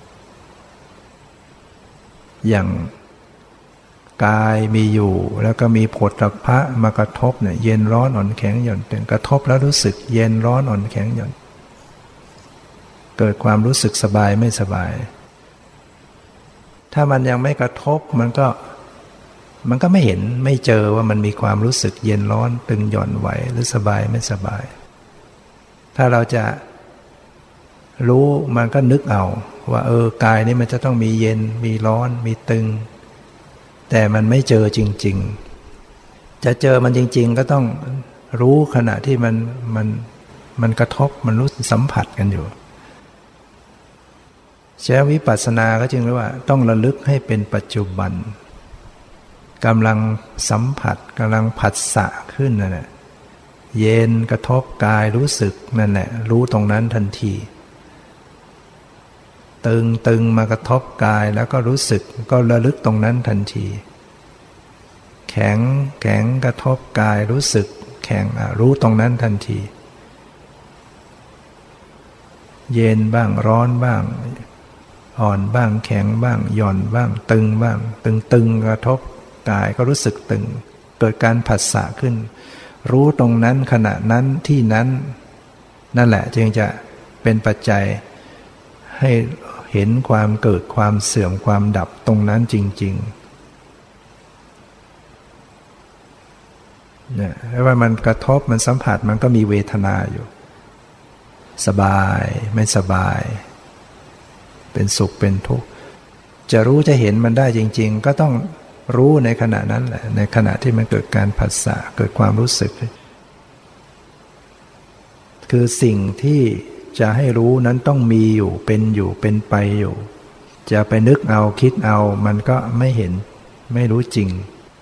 อย่างกายมีอยู่แล้วก็มีโผฏฐัพพะมากระทบเนี่ยเย็นร้อนอ่อนแข็งหย่อนตึงกระทบแล้วรู้สึกเย็นร้อนอ่อนแข็งหย่อนเกิดความรู้สึกสบายไม่สบายถ้ามันยังไม่กระทบมันก็มันก็ไม่เห็นไม่เจอว่ามันมีความรู้สึกเย็นร้อนตึงหย่อนไหวหรือสบายไม่สบายถ้าเราจะรู้มันก็นึกเอาว่าเออกายนี้มันจะต้องมีเย็นมีร้อนมีตึงแต่มันไม่เจอจริงๆจะเจอมันจริงๆก็ต้องรู้ขณะที่มันมันมันกระทบมันรู้สัมผัสกันอยู่ใช้วิปัสสนาก็จึงเรียกว่าต้องระลึกให้เป็นปัจจุบันกำลังสัมผัสกำลังผัสสะขึ้นนั่นแหละเย็นกระทบกายรู้สึกนั่นแหละรู้ตรงนั้นทันทีตึงตึงมากระทบกายแล้วก็รู้สึกก็ระลึกตรงนั้นทันทีแข็งแข็งกระทบกายรู้สึกแข็งรู้ตรงนั้นทันทีเย็นบ้างร้อนบ้างอ่อนบ้างแข็งบ้างหย่อนบ้างตึงบ้างตึงตึงกระทบกายก็รู้สึกตึงเกิดการผัสสะขึ้นรู้ตรงนั้นขณะนั้นที่นั้นนั่นแหละจึงจะเป็นปัจจัยให้เห็นความเกิดความเสื่อมความดับตรงนั้นจริงๆเนี่ยเพราะว่ามันกระทบมันสัมผัสมันก็มีเวทนาอยู่สบายไม่สบายเป็นสุขเป็นทุกข์จะรู้จะเห็นมันได้จริงๆก็ต้องรู้ในขณะนั้นแหละในขณะที่มันเกิดการผัสสะเกิดความรู้สึกคือสิ่งที่จะให้รู้นั้นต้องมีอยู่เป็นอยู่เป็นไปอยู่จะไปนึกเอาคิดเอามันก็ไม่เห็นไม่รู้จริง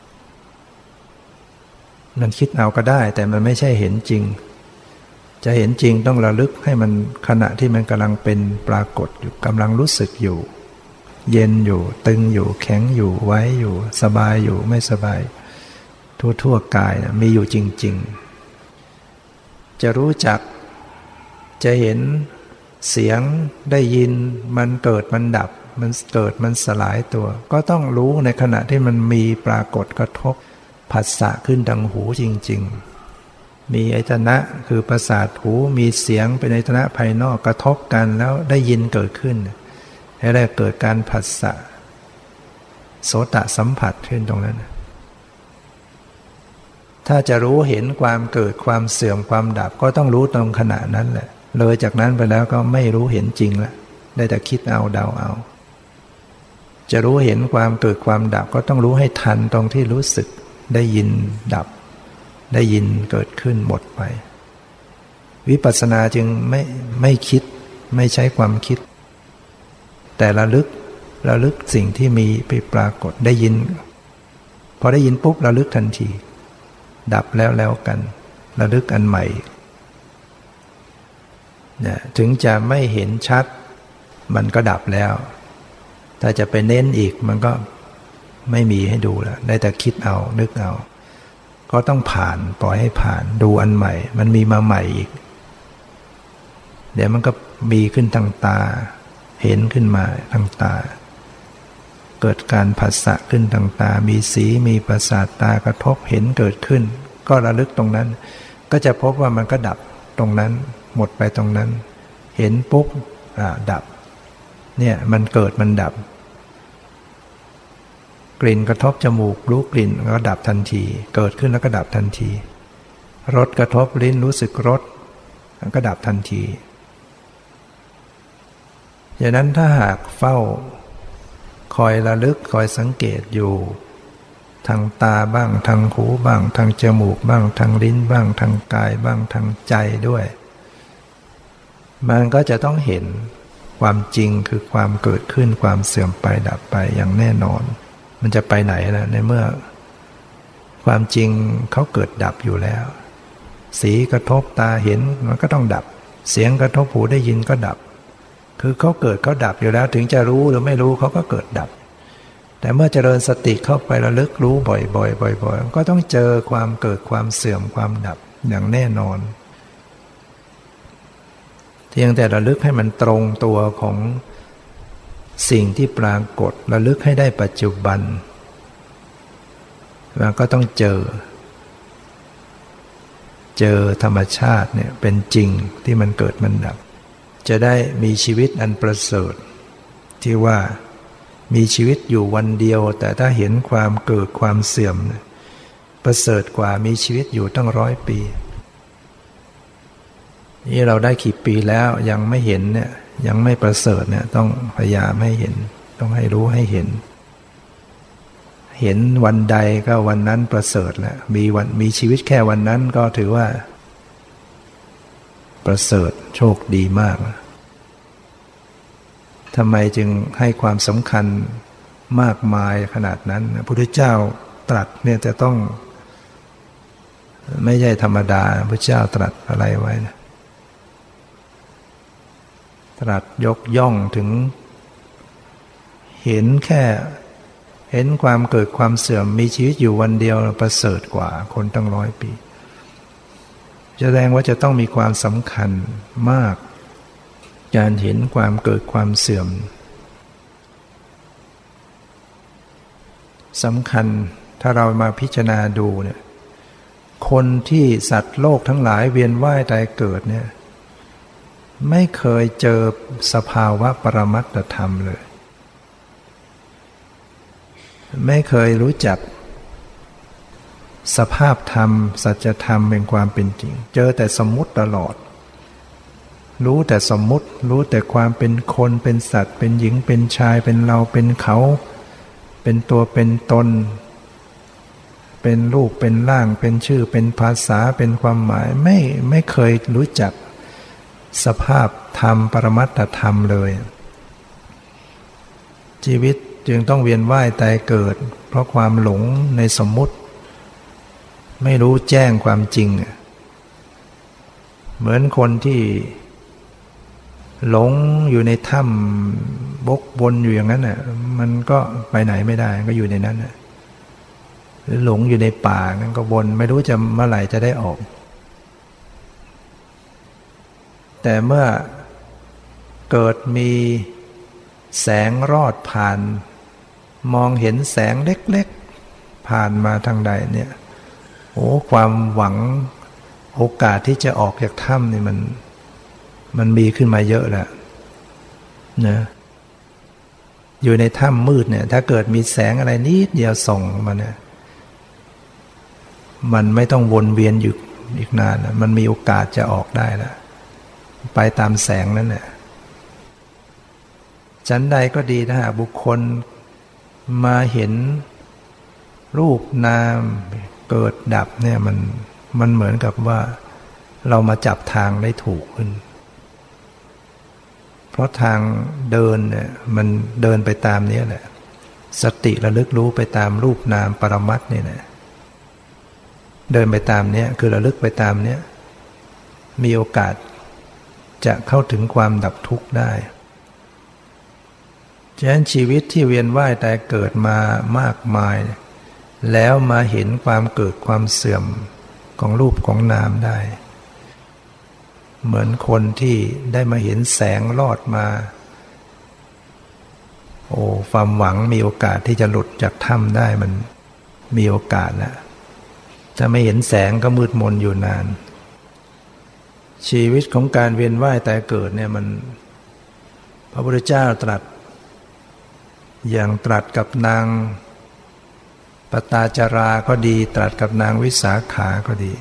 มันคิดเอาก็ได้แต่มันไม่ใช่เห็นจริงจะเห็นจริงต้องระลึกให้มันขณะที่มันกำลังเป็นปรากฏอยู่กำลังรู้สึกอยู่เย็นอยู่ตึงอยู่แข็งอยู่ไว้อยู่สบายอยู่ไม่สบายทั่วๆกายนะมีอยู่จริงๆจะรู้จักจะเห็นเสียงได้ยินมันเกิดมันดับมันเกิดมันสลายตัวก็ต้องรู้ในขณะที่มันมีปรากฏกระทบผัสสะขึ้นทางหูจริงๆมีอายตนะคือประสาทหูมีเสียงเป็นอายตนะภายนอกกระทบกันแล้วได้ยินเกิดขึ้นให้ได้เกิดการผัสสะโสตสัมผัสขึ้นตรงนั้นถ้าจะรู้เห็นความเกิดความเสื่อมความดับก็ต้องรู้ตรงขณะนั้นแหละเลยจากนั้นไปแล้วก็ไม่รู้เห็นจริงแล้วได้แต่คิดเอาเดาเอาจะรู้เห็นความเกิดความดับก็ต้องรู้ให้ทันตรงที่รู้สึกได้ยินดับได้ยินเกิดขึ้นหมดไปวิปัสสนาจึงไม่ไม่คิดไม่ใช้ความคิดแต่ระลึกระลึกสิ่งที่มีไปปรากฏได้ยินพอได้ยินปุ๊บระลึกทันทีดับแล้วแล้วกันระลึกอันใหม่เนี่ยถึงจะไม่เห็นชัดมันก็ดับแล้วถ้าจะไปเน้นอีกมันก็ไม่มีให้ดูแล้วได้แต่คิดเอานึกเอาก็ต้องผ่านปล่อยให้ผ่านดูอันใหม่มันมีมาใหม่อีกเดี๋ยวมันก็มีขึ้นทางตาเห็นขึ้นมาทางตาเกิดการผัสสะขึ้นทางตามีสีมีประสาทตากระทบเห็นเกิดขึ้นก็ระลึกตรงนั้นก็จะพบว่ามันก็ดับตรงนั้นหมดไปตรงนั้นเห็นปุ๊บอ่าดับเนี่ยมันเกิดมันดับกลิ่นกระทบจมูกรู้กลิ่นก็ดับทันทีเกิดขึ้นแล้วก็ดับทันทีรสกระทบลิ้นรู้สึกรสก็ดับทันทีดังนั้นถ้าหากเฝ้าคอยระลึกคอยสังเกตอยู่ทางตาบ้างทางหูบ้างทางจมูกบ้างทางลิ้นบ้างทางกายบ้างทางใจด้วยมันก็จะต้องเห็นความจริงคือความเกิดขึ้นความเสื่อมไปดับไปอย่างแน่นอนมันจะไปไหนล่ะในเมื่อความจริงเขาเกิดดับอยู่แล้วสีกระทบตาเห็นมันก็ต้องดับเสียงกระทบหูได้ยินก็ดับคือเขาเกิดเขาดับอยู่แล้วถึงจะรู้หรือไม่รู้เขาก็เกิดดับแต่เมื่อเจริญสติเข้าไประลึกรู้บ่อยๆบ่อยๆก็ต้องเจอความเกิดความเสื่อมความดับอย่างแน่นอนเพียงแต่ระลึกให้มันตรงตัวของสิ่งที่ปรากฏระลึกให้ได้ปัจจุบันมันก็ต้องเจอเจอธรรมชาติเนี่ยเป็นจริงที่มันเกิดมันดับจะได้มีชีวิตอันประเสริฐที่ว่ามีชีวิตอยู่วันเดียวแต่ถ้าเห็นความเกิดความเสื่อมประเสริฐกว่ามีชีวิตอยู่ตั้งร้อยปีนี่เราได้กี่ปีแล้วยังไม่เห็นเนี่ยยังไม่ประเสริฐเนี่ยต้องพยายามให้เห็นต้องให้รู้ให้เห็นเห็นวันใดก็วันนั้นประเสริฐแล้วมีวันมีชีวิตแค่วันนั้นก็ถือว่าประเสริฐโชคดีมากทำไมจึงให้ความสำคัญมากมายขนาดนั้นพระพุทธเจ้าตรัสเนี่ยจะต้องไม่ใช่ธรรมดาพระพุทธเจ้าตรัสอะไรไว้นะตรัสยกย่องถึงเห็นแค่เห็นความเกิดความเสื่อมมีชีวิตอยู่วันเดียวประเสริฐกว่าคนตั้งร้อยปีแสดงว่าจะต้องมีความสำคัญมากการเห็นความเกิดความเสื่อมสำคัญถ้าเรามาพิจารณาดูเนี่ยคนที่สัตว์โลกทั้งหลายเวียนว่ายตายเกิดเนี่ยไม่เคยเจอสภาวะปรมัตถธรรมเลยไม่เคยรู้จักสภาพธรรมสัจธรรมเป็นความเป็นจริงเจอแต่สมมุติตลอดรู้แต่สมมุติรู้แต่ความเป็นคนเป็นสัตว์เป็นหญิงเป็นชายเป็นเราเป็นเขาเป็นตัวเป็นตนเป็นรูปเป็นร่างเป็นชื่อเป็นภาษาเป็นความหมายไม่ไม่เคยรู้จักสภาพธรรมปรมัตถธรรมเลยชีวิตจึงต้องเวียนว่ายตายเกิดเพราะความหลงในสมมุติไม่รู้แจ้งความจริงเหมือนคนที่หลงอยู่ในถ้ำบกบนอยู่อย่างนั้นน่ะมันก็ไปไหนไม่ได้ก็อยู่ในนั้นน่ะหรือหลงอยู่ในป่านั่นก็วนไม่รู้จะเมื่อไหร่จะได้ออกแต่เมื่อเกิดมีแสงรอดผ่านมองเห็นแสงเล็กๆผ่านมาทางใดเนี่ยโอ้ความหวังโอกาสที่จะออกจากถ้ำนี่มันมันมีขึ้นมาเยอะแล้วนะอยู่ในถ้ำมืดเนี่ยถ้าเกิดมีแสงอะไรนิดเดียวส่องมาเนี่ยมันไม่ต้องวนเวียนอยู่อีกนานนะมันมีโอกาสจะออกได้แล้วไปตามแสงนั้นเนี่ยชั้นใดก็ดีถ้าหากบุคคลมาเห็นรูปนามเกิดดับเนี่ยมันมันเหมือนกับว่าเรามาจับทางได้ถูกขึ้นเพราะทางเดินเนี่ยมันเดินไปตามนี้แหละสติระลึกรู้ไปตามรูปนามปรมัตถ์นี่แหละเดินไปตามนี้คือระลึกไปตามนี้มีโอกาสจะเข้าถึงความดับทุกข์ได้ฉะนั้นชีวิตที่เวียนว่ายตายเกิดมามากมายแล้วมาเห็นความเกิดความเสื่อมของรูปของนามได้เหมือนคนที่ได้มาเห็นแสงรอดมาโอ้ความหวังมีโอกาสที่จะหลุดจากถ้ำได้มันมีโอกาสแล้วถ้าไม่เห็นแสงก็มืดมนอยู่นานชีวิตของการเวียนว่ายตายเกิดเนี่ยมันพระพุทธเจ้าตรัสอย่างตรัสกับนางปตาจาราก็ดีตรัสกับนางวิสาขาก็ดี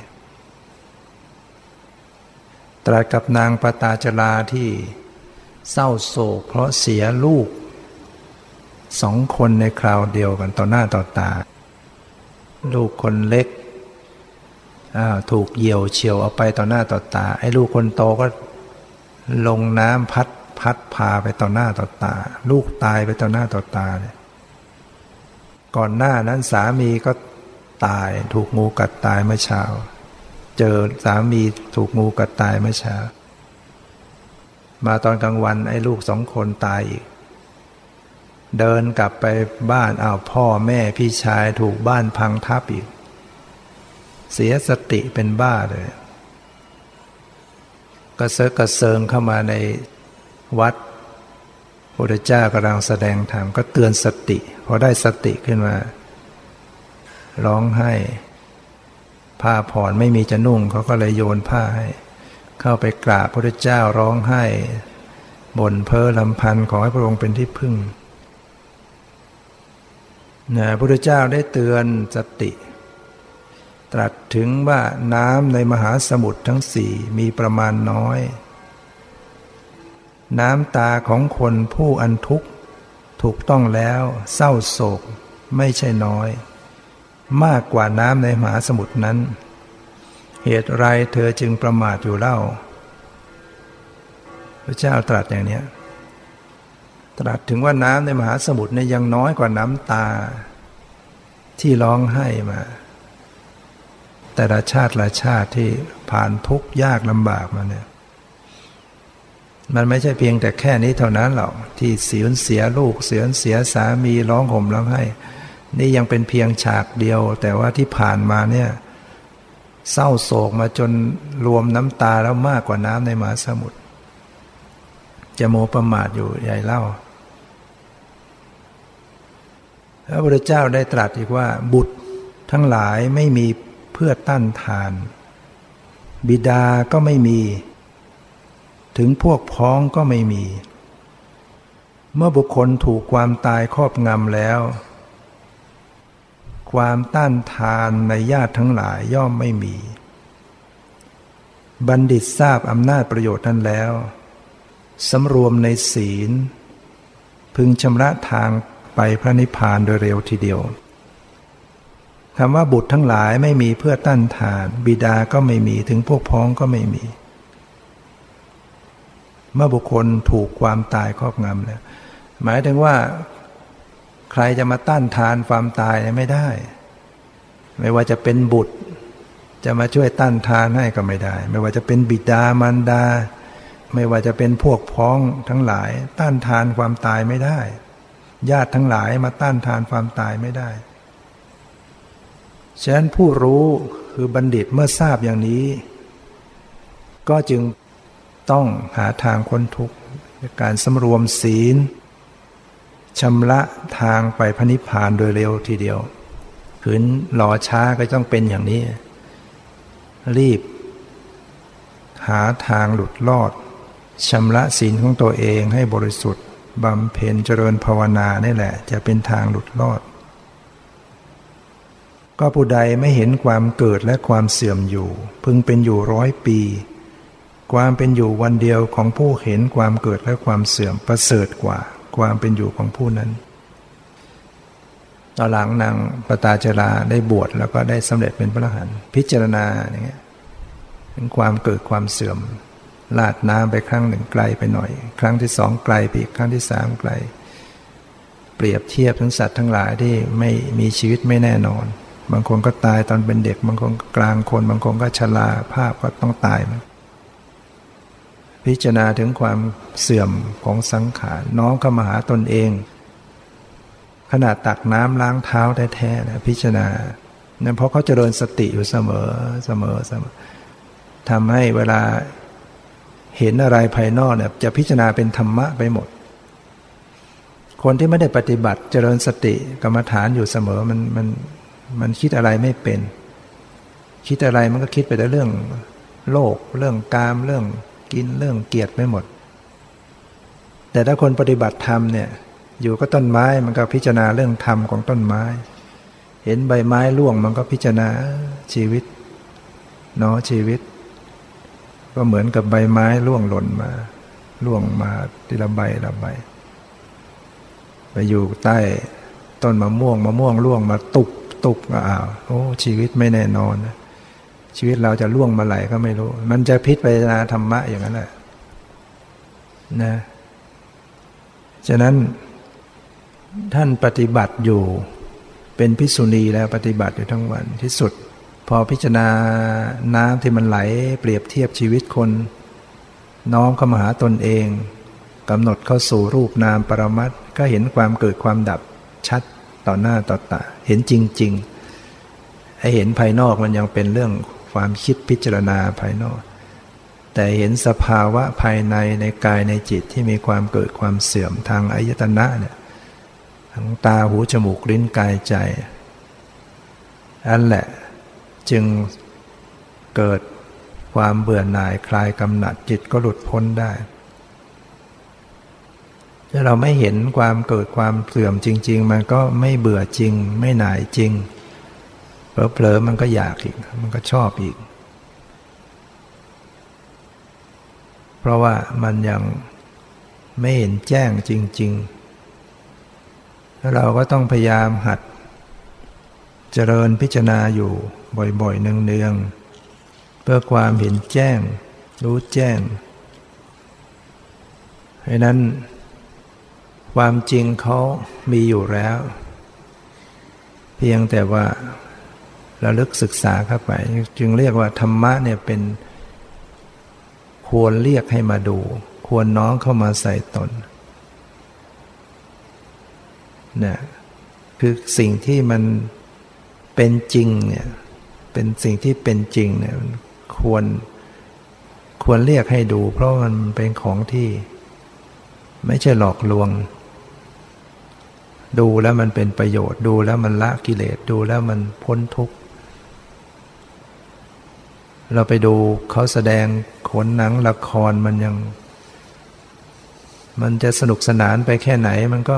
ตรัสกับนางปตาจาราที่เศร้าโศกเพราะเสียลูกสองคนในคราวเดียวกันต่อหน้าต่อตาลูกคนเล็กถูกเหยี่ยวเฉียวเอาไปต่อหน้าต่อตาไอ้ลูกคนโตก็ลงน้ำพัดพัดพาไปต่อหน้าต่อตาลูกตายไปต่อหน้าต่อตาเลยก่อนหน้านั้นสามีก็ตายถูกงูกัดตายเมื่อเช้าเจอสามีถูกงูกัดตายเมื่อเช้ามาตอนกลางวันไอ้ลูกสองคนตายอีกเดินกลับไปบ้านอ้าวพ่อแม่พี่ชายถูกบ้านพังทับอีกเสียสติเป็นบ้าเลยกระเซาะกระเซิงเข้ามาในวัดพระพุทธเจ้ากำลังแสดงธรรมก็เตือนสติพอได้สติขึ้นมาร้องไห้ผ้าผ่อนไม่มีจะนุ่งเขาก็เลยโยนผ้าให้เข้าไปกราบพระพุทธเจ้าร้องไห้บ่นเพ้อลำพันขอให้พระองค์เป็นที่พึ่งนะพระพุทธเจ้าได้เตือนสติตรัสถึงว่าน้ำในมหาสมุทรทั้งสี่มีประมาณน้อยน้ำตาของคนผู้อันทุกข์ถูกต้องแล้วเศร้าโศกไม่ใช่น้อยมากกว่าน้ำในมหาสมุทรนั้นเหตุไรเธอจึงประมาทอยู่เล่าพระเจ้าตรัสอย่างนี้ตรัสถึงว่าน้ำในมหาสมุทรเนี่ยยังน้อยกว่าน้ำตาที่ร้องไห้มาแต่ละชาติละชาติที่ผ่านทุกข์ยากลำบากมาเนี่ยมันไม่ใช่เพียงแต่แค่นี้เท่านั้นหรอกที่สูญเสียลูกสูญเสียสามีร้องห่มร้องไห้นี่ยังเป็นเพียงฉากเดียวแต่ว่าที่ผ่านมาเนี่ยเศร้าโศกมาจนรวมน้ำตาแล้วมากกว่าน้ำในมหาสมุทรจะโมประมาทอยู่ใหญ่เล่าพระพุทธเจ้าได้ตรัสอีกว่าบุตรทั้งหลายไม่มีเพื่อต้านทานบิดาก็ไม่มีถึงพวกพ้องก็ไม่มีเมื่อบุคคลถูกความตายครอบงำแล้วความต้านทานในญาติทั้งหลายย่อมไม่มีบัณฑิตทราบอำนาจประโยชน์นั้นแล้วสำรวมในศีลพึงชำระทางไปพระนิพพานโดยเร็วทีเดียวคำว่าบุตรทั้งหลายไม่มีเพื่อต้านทานบิดาก็ไม่มีถึงพวกพ้องก็ไม่มีเมื่อบุคคลถูกความตายครอบงำแล้วหมายถึงว่าใครจะมาต้านทานความตายไม่ได้ไม่ว่าจะเป็นบุตรจะมาช่วยต้านทานให้ก็ไม่ได้ไม่ว่าจะเป็นบิดามารดาไม่ว่าจะเป็นพวกพ้องทั้งหลายต้านทานความตายไม่ได้ญาติทั้งหลายมาต้านทานความตายไม่ได้ฉะนั้นผู้รู้คือบัณฑิตเมื่อทราบอย่างนี้ก็จึงต้องหาทางพ้นทุกข์การสำรวมศีลชำระทางไปพระนิพพานโดยเร็วทีเดียวขืนรอช้าก็ต้องเป็นอย่างนี้รีบหาทางหลุดรอดชำระศีลของตัวเองให้บริสุทธิ์บำเพ็ญเจริญภาวนานี่แหละจะเป็นทางหลุดรอดก็ผู้ใดไม่เห็นความเกิดและความเสื่อมอยู่พึงเป็นอยู่ร้อยปีความเป็นอยู่วันเดียวของผู้เห็นความเกิดและความเสื่อมประเสริฐกว่าความเป็นอยู่ของผู้นั้นตอนหลังนางปตาจาราได้บวชแล้วก็ได้สำเร็จเป็นพระอรหันต์พิจารณาอย่างเงี้ยถึงความเกิดความเสื่อมลาดน้ำไปครั้งหนึ่งไกลไปหน่อยครั้งที่สองไกลไปอีกครั้งที่สามไกลเปรียบเทียบถึงสัตว์ทั้งหลายที่ไม่มีชีวิตไม่แน่นอนบางคนก็ตายตอนเป็นเด็กบางคนกลางคนบางคนก็ชราภาพก็ต้องตายพิจารณาถึงความเสื่อมของสังขารน้อมเข้ามาหาตนเองขณะตักน้ำล้างเท้าแท้ๆนะพิจารณาเนี่ยเพราะเขาเจริญสติอยู่เสมอเสมอเสมอทำให้เวลาเห็นอะไรภายนอกเนี่ยจะพิจารณาเป็นธรรมะไปหมดคนที่ไม่ได้ปฏิบัติเจริญสติกรรมฐานอยู่เสมอมันมันมันคิดอะไรไม่เป็นคิดอะไรมันก็คิดไปแต่เรื่องโลกเรื่องกามเรื่องกินเรื่องเกียรติไม่หมดแต่ถ้าคนปฏิบัติธรรมเนี่ยอยู่ก็ต้นไม้มันก็พิจารณาเรื่องธรรมของต้นไม้เห็นใบไม้ร่วงมันก็พิจารณาชีวิตเนาะชีวิตก็เหมือนกับใบไม้ร่วงหล่นมาร่วงมาทีละใบละใบไปอยู่ใต้ต้นมะม่วงมะม่วงร่วงมาตุกตุกอ้าวโอ้ชีวิตไม่แน่นอนนะชีวิตเราจะล่วงมาไหลก็ไม่รู้มันจะพิจารณาธรรมะอย่างนั้นแหละนะฉะนั้นท่านปฏิบัติอยู่เป็นภิกษุณีแล้วปฏิบัติอยู่ทั้งวันที่สุดพอพิจารณาน้ำที่มันไหลเปรียบเทียบชีวิตคนน้อมเข้ามาหาตนเองกำหนดเข้าสู่รูปนามปรมัตถ์ก็เห็นความเกิดความดับชัดต่อหน้าต่อตาเห็นจริงๆให้เห็นภายนอกมันยังเป็นเรื่องความคิดพิจารณาภายนอกแต่เห็นสภาวะภายในในกายในจิตที่มีความเกิดความเสื่อมทางอายตนะเนี่ยทั้งตาหูจมูกลิ้นกายใจอันแหละจึงเกิดความเบื่อหน่ายคลายกำหนัดจิตก็หลุดพ้นได้ถ้าเราไม่เห็นความเกิดความเสื่อมจริงๆมันก็ไม่เบื่อจริงไม่หน่ายจริงเผลอๆมันก็อยากอีกมันก็ชอบอีกเพราะว่ามันยังไม่เห็นแจ้งจริงๆแล้วเราก็ต้องพยายามหัดเจริญพิจารณาอยู่บ่อยๆเนืองๆเพื่อความเห็นแจ้งรู้แจ้งเพราะนั้นความจริงเขามีอยู่แล้วเพียงแต่ว่าระลึกศึกษาเข้าไปจึงเรียกว่าธรรมะเนี่ยเป็นควรเรียกให้มาดูควรน้อมเข้ามาใส่ตนเนี่ยคือสิ่งที่มันเป็นจริงเนี่ยเป็นสิ่งที่เป็นจริงเนี่ยควรควรเรียกให้ดูเพราะมันเป็นของที่ไม่ใช่หลอกลวงดูแล้วมันเป็นประโยชน์ดูแล้วมันละกิเลสดูแล้วมันพ้นทุกข์เราไปดูเขาแสดงขนหนังละครมันยังมันจะสนุกสนานไปแค่ไหนมันก็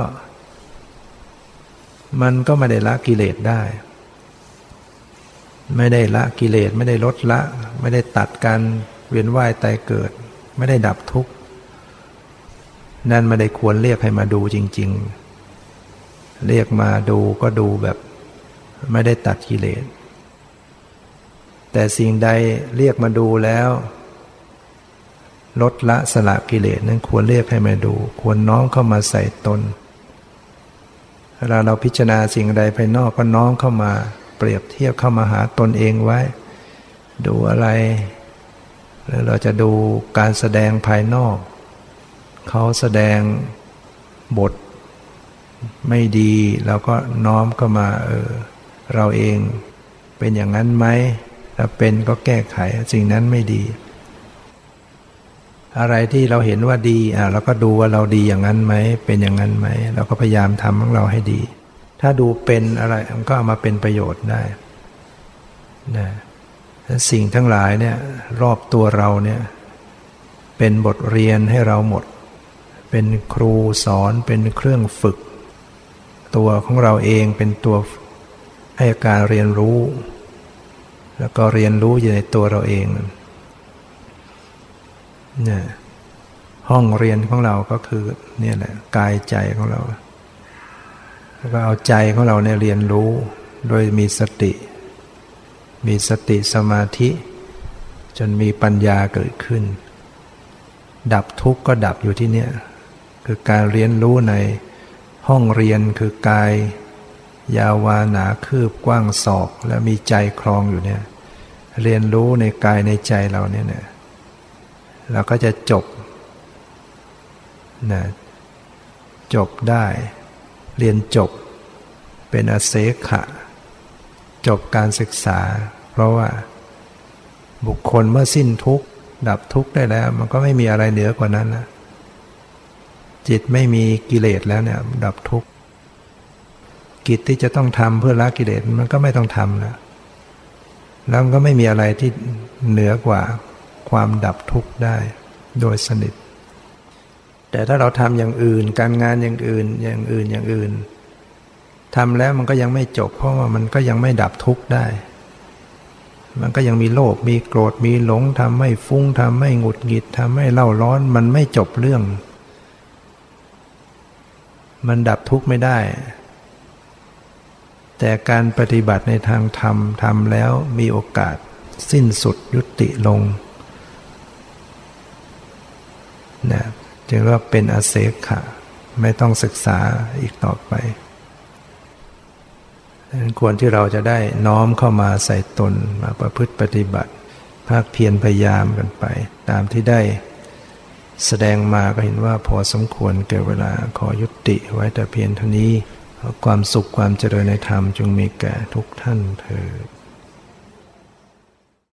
มันก็ไม่ได้ละกิเลสได้ไม่ได้ละกิเลสไม่ได้ลดละไม่ได้ตัดการเวียนว่ายตายเกิดไม่ได้ดับทุกข์นั่นไม่ได้ควรเรียกให้มาดูจริงๆเรียกมาดูก็ดูแบบไม่ได้ตัดกิเลสแต่สิ่งใดเรียกมาดูแล้วลดละสละกิเลสนั้นควรเรียกให้มาดูควรน้อมเข้ามาใส่ตนเวลาเราพิจารณาสิ่งใดภายนอกก็น้อมเข้ามาเปรียบเทียบเข้ามาหาตนเองไว้ดูอะไรหรือเราจะดูการแสดงภายนอกเขาแสดงบทไม่ดีเราก็น้อมเข้ามาเออเราเองเป็นอย่างนั้นไหมถ้าเป็นก็แก้ไขสิ่งนั้นไม่ดีอะไรที่เราเห็นว่าดีอ่ะเราก็ดูว่าเราดีอย่างนั้นไหมเป็นอย่างนั้นไหมเราก็พยายามทำของเราให้ดีถ้าดูเป็นอะไรมันก็เอามาเป็นประโยชน์ได้นะสิ่งทั้งหลายเนี่ยรอบตัวเราเนี่ยเป็นบทเรียนให้เราหมดเป็นครูสอนเป็นเครื่องฝึกตัวของเราเองเป็นตัวให้การเรียนรู้แล้วก็เรียนรู้อยู่ในตัวเราเองเนี่ยห้องเรียนของเราก็คือเนี่ยแหละกายใจของเราแล้วก็เอาใจของเราเนี่ยเรียนรู้โดยมีสติมีสติสมาธิจนมีปัญญาเกิดขึ้นดับทุกข์ก็ดับอยู่ที่เนี่ยคือการเรียนรู้ในห้องเรียนคือกายยาววาหนาคืบกว้างศอกและมีใจครองอยู่เนี่ยเรียนรู้ในกายในใจเราเนี่ยเนี่ยเราก็จะจบนะจบได้เรียนจบเป็นอเสขะจบการศึกษาเพราะว่าบุคคลเมื่อสิ้นทุกข์ดับทุกข์ได้แล้วมันก็ไม่มีอะไรเหนือกว่านั้นนะจิตไม่มีกิเลสแล้วเนี่ยดับทุกข์กิจที่จะต้องทำเพื่อละกิเลสมันก็ไม่ต้องทำแล้วแล้วมันก็ไม่มีอะไรที่เหนือกว่าความดับทุกข์ได้โดยสนิทแต่ถ้าเราทำอย่างอื่นการงานอย่างอื่นอย่างอื่นอย่างอื่นทำแล้วมันก็ยังไม่จบเพราะว่ามันก็ยังไม่ดับทุกข์ได้มันก็ยังมีโลภมีโกรธมีหลงทำให้ฟุ้งทำให้หงุดหงิดทำให้เล่าร้อนมันไม่จบเรื่องมันดับทุกข์ไม่ได้แต่การปฏิบัติในทางธรรมทำแล้วมีโอกาสสิ้นสุดยุติลงนะจึงว่าเป็นอเสขะไม่ต้องศึกษาอีกต่อไปควรที่เราจะได้น้อมเข้ามาใส่ตนมาประพฤติปฏิบัติภาคเพียรพยายามกันไปตามที่ได้แสดงมาก็เห็นว่าพอสมควรแก่เวลาขอยุติไว้แต่เพียงเท่านี้ความสุขความเจริญในธรรมจงมีแก่ทุกท่านเทอญ